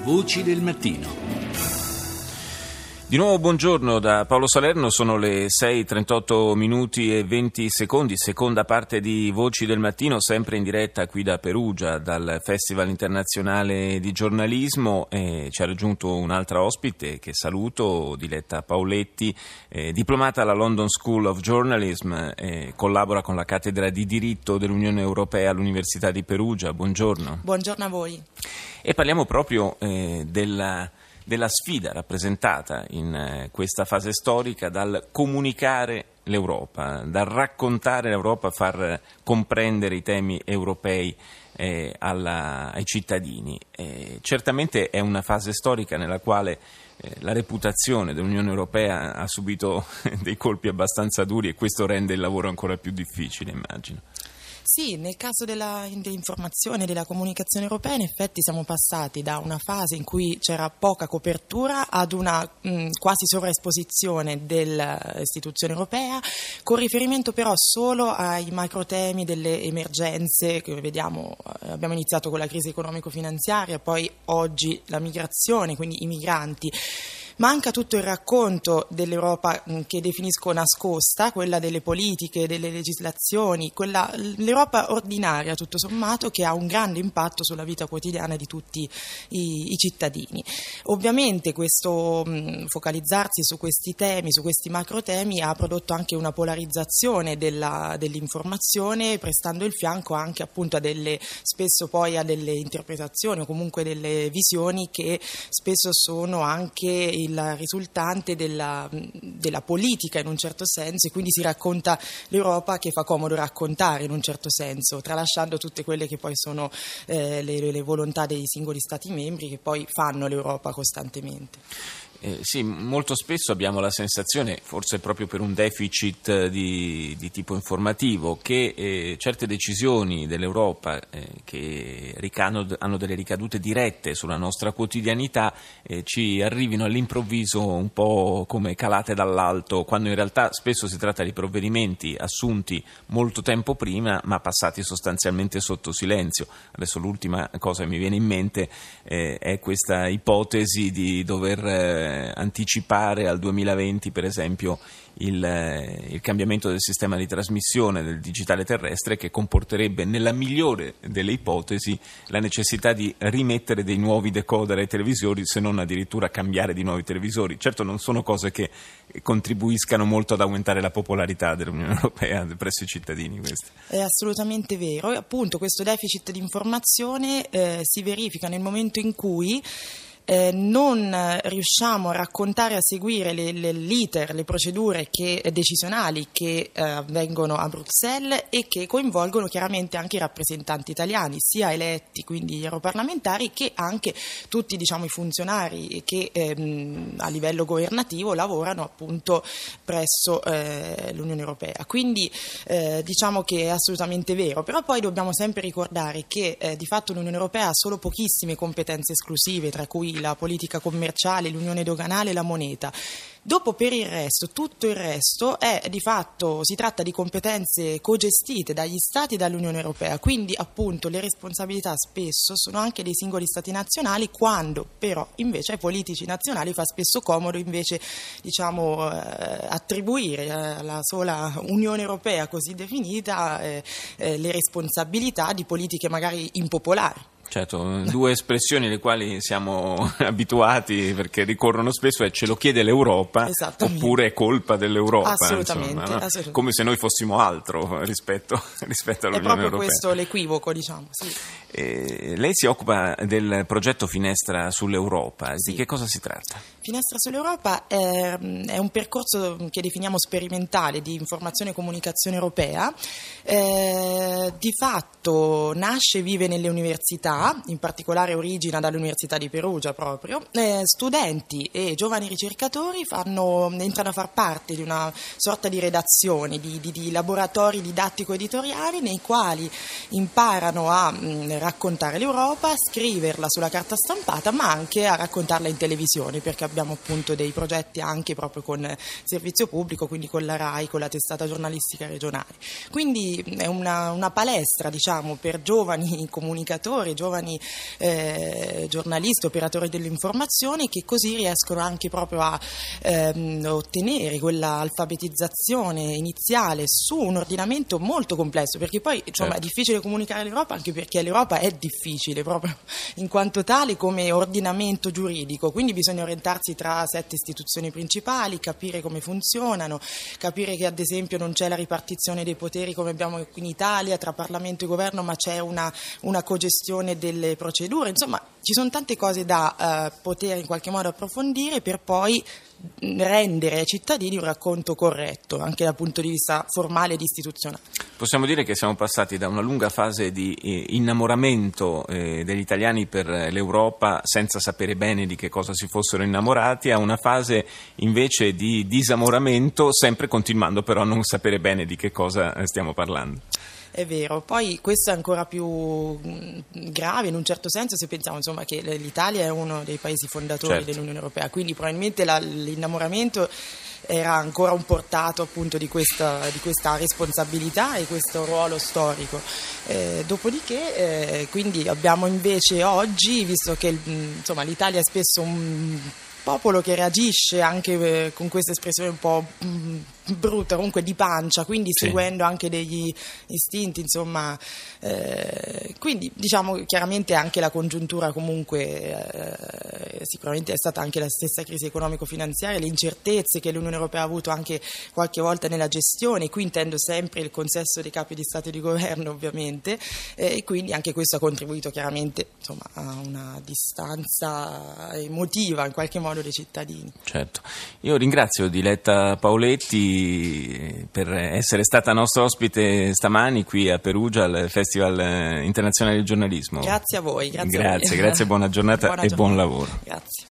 Voci del mattino. Di nuovo buongiorno da Paolo Salerno, sono le 6:38 minuti e 20 secondi, seconda parte di Voci del Mattino, sempre in diretta qui da Perugia, dal Festival Internazionale di Giornalismo. Ci ha raggiunto un'altra ospite che saluto, Diletta Pauletti, diplomata alla London School of Journalism, collabora con la cattedra di diritto dell'Unione Europea all'Università di Perugia. Buongiorno. Buongiorno a voi. E parliamo proprio della sfida rappresentata in questa fase storica dal comunicare l'Europa, dal raccontare l'Europa, far comprendere i temi europei ai cittadini. Certamente è una fase storica nella quale la reputazione dell'Unione Europea ha subito dei colpi abbastanza duri e questo rende il lavoro ancora più difficile, immagino. Sì, nel caso dell'informazione e della comunicazione europea in effetti siamo passati da una fase in cui c'era poca copertura ad una quasi sovraesposizione dell'istituzione europea, con riferimento però solo ai macro temi delle emergenze che vediamo. Abbiamo iniziato con la crisi economico-finanziaria, poi oggi la migrazione, quindi i migranti. Manca tutto il racconto dell'Europa che definisco nascosta, quella delle politiche, delle legislazioni, l'Europa ordinaria tutto sommato, che ha un grande impatto sulla vita quotidiana di tutti i cittadini. Ovviamente questo focalizzarsi su questi temi, su questi macro temi, ha prodotto anche una polarizzazione dell'informazione, prestando il fianco anche appunto spesso poi a delle interpretazioni o comunque delle visioni che spesso sono anche il risultante della politica in un certo senso, e quindi si racconta l'Europa che fa comodo raccontare in un certo senso, tralasciando tutte quelle che poi sono le volontà dei singoli Stati membri che poi fanno l'Europa costantemente. Sì, molto spesso abbiamo la sensazione, forse proprio per un deficit di tipo informativo, che certe decisioni dell'Europa che hanno delle ricadute dirette sulla nostra quotidianità ci arrivino all'improvviso un po' come calate dall'alto, quando in realtà spesso si tratta di provvedimenti assunti molto tempo prima ma passati sostanzialmente sotto silenzio. Adesso l'ultima cosa che mi viene in mente è questa ipotesi di dover anticipare al 2020 per esempio il cambiamento del sistema di trasmissione del digitale terrestre, che comporterebbe nella migliore delle ipotesi la necessità di rimettere dei nuovi decoder ai televisori, se non addirittura cambiare di nuovi televisori. Certo non sono cose che contribuiscano molto ad aumentare la popolarità dell'Unione Europea presso i cittadini, queste. È assolutamente vero, e appunto questo deficit di informazione si verifica nel momento in cui non riusciamo a raccontare, a seguire l'iter, le procedure decisionali che avvengono a Bruxelles e che coinvolgono chiaramente anche i rappresentanti italiani, sia eletti, quindi gli europarlamentari, che anche tutti i funzionari che a livello governativo lavorano appunto presso l'Unione Europea. Quindi diciamo che è assolutamente vero, però poi dobbiamo sempre ricordare che di fatto l'Unione Europea ha solo pochissime competenze esclusive, tra cui la politica commerciale, l'unione doganale e la moneta. Dopo, per il resto, tutto il resto è di fatto, si tratta di competenze cogestite dagli Stati e dall'Unione Europea, quindi appunto le responsabilità spesso sono anche dei singoli Stati nazionali, quando invece ai politici nazionali fa spesso comodo invece attribuire alla sola Unione Europea così definita le responsabilità di politiche magari impopolari. Certo, due espressioni alle quali siamo abituati perché ricorrono spesso: ce lo chiede l'Europa oppure è colpa dell'Europa. Assolutamente, insomma, no? Assolutamente. Come se noi fossimo altro rispetto all'Unione Europea. È proprio questo l'equivoco, diciamo. Sì. Lei si occupa del progetto Finestra sull'Europa. Sì. Di che cosa si tratta? Finestra sull'Europa è un percorso che definiamo sperimentale di informazione e comunicazione europea. Di fatto nasce e vive nelle università, in particolare origina dall'Università di Perugia proprio. Studenti e giovani ricercatori entrano a far parte di una sorta di redazioni, di laboratori didattico-editoriali nei quali imparano a raccontare l'Europa, a scriverla sulla carta stampata, ma anche a raccontarla in televisione, perché abbiamo appunto dei progetti anche proprio con il servizio pubblico, quindi con la RAI, con la testata giornalistica regionale. Quindi è una palestra, diciamo, per giovani comunicatori, giovani giovani giornalisti, operatori dell'informazione, che così riescono anche proprio a ottenere quella alfabetizzazione iniziale su un ordinamento molto complesso, perché poi insomma, certo, è difficile comunicare l'Europa, anche perché l'Europa è difficile proprio in quanto tale come ordinamento giuridico, quindi bisogna orientarsi tra 7 istituzioni principali, capire come funzionano, capire che ad esempio non c'è la ripartizione dei poteri come abbiamo qui in Italia tra Parlamento e Governo, ma c'è una cogestione delle procedure, insomma ci sono tante cose da poter in qualche modo approfondire per poi rendere ai cittadini un racconto corretto anche dal punto di vista formale ed istituzionale. Possiamo dire che siamo passati da una lunga fase di innamoramento degli italiani per l'Europa senza sapere bene di che cosa si fossero innamorati a una fase invece di disamoramento, sempre continuando però a non sapere bene di che cosa stiamo parlando. È vero, poi questo è ancora più grave in un certo senso se pensiamo insomma, che l'Italia è uno dei paesi fondatori certo, dell'Unione Europea, quindi probabilmente l'innamoramento era ancora un portato appunto di questa responsabilità e questo ruolo storico. Dopodiché quindi abbiamo invece oggi, visto che insomma, l'Italia è spesso un popolo che reagisce anche con questa espressione un po' brutta, comunque di pancia, quindi sì, seguendo anche degli istinti, insomma, quindi diciamo chiaramente anche la congiuntura comunque sicuramente è stata anche la stessa crisi economico-finanziaria, le incertezze che l'Unione Europea ha avuto anche qualche volta nella gestione, qui intendo sempre il consesso dei capi di Stato e di Governo ovviamente, e quindi anche questo ha contribuito chiaramente insomma, a una distanza emotiva in qualche modo dei cittadini. certo. Io ringrazio Diletta Paoletti per essere stata nostra ospite stamani qui a Perugia al Festival Internazionale del Giornalismo. Grazie a voi. Grazie, grazie, buona giornata e buon lavoro. Grazie.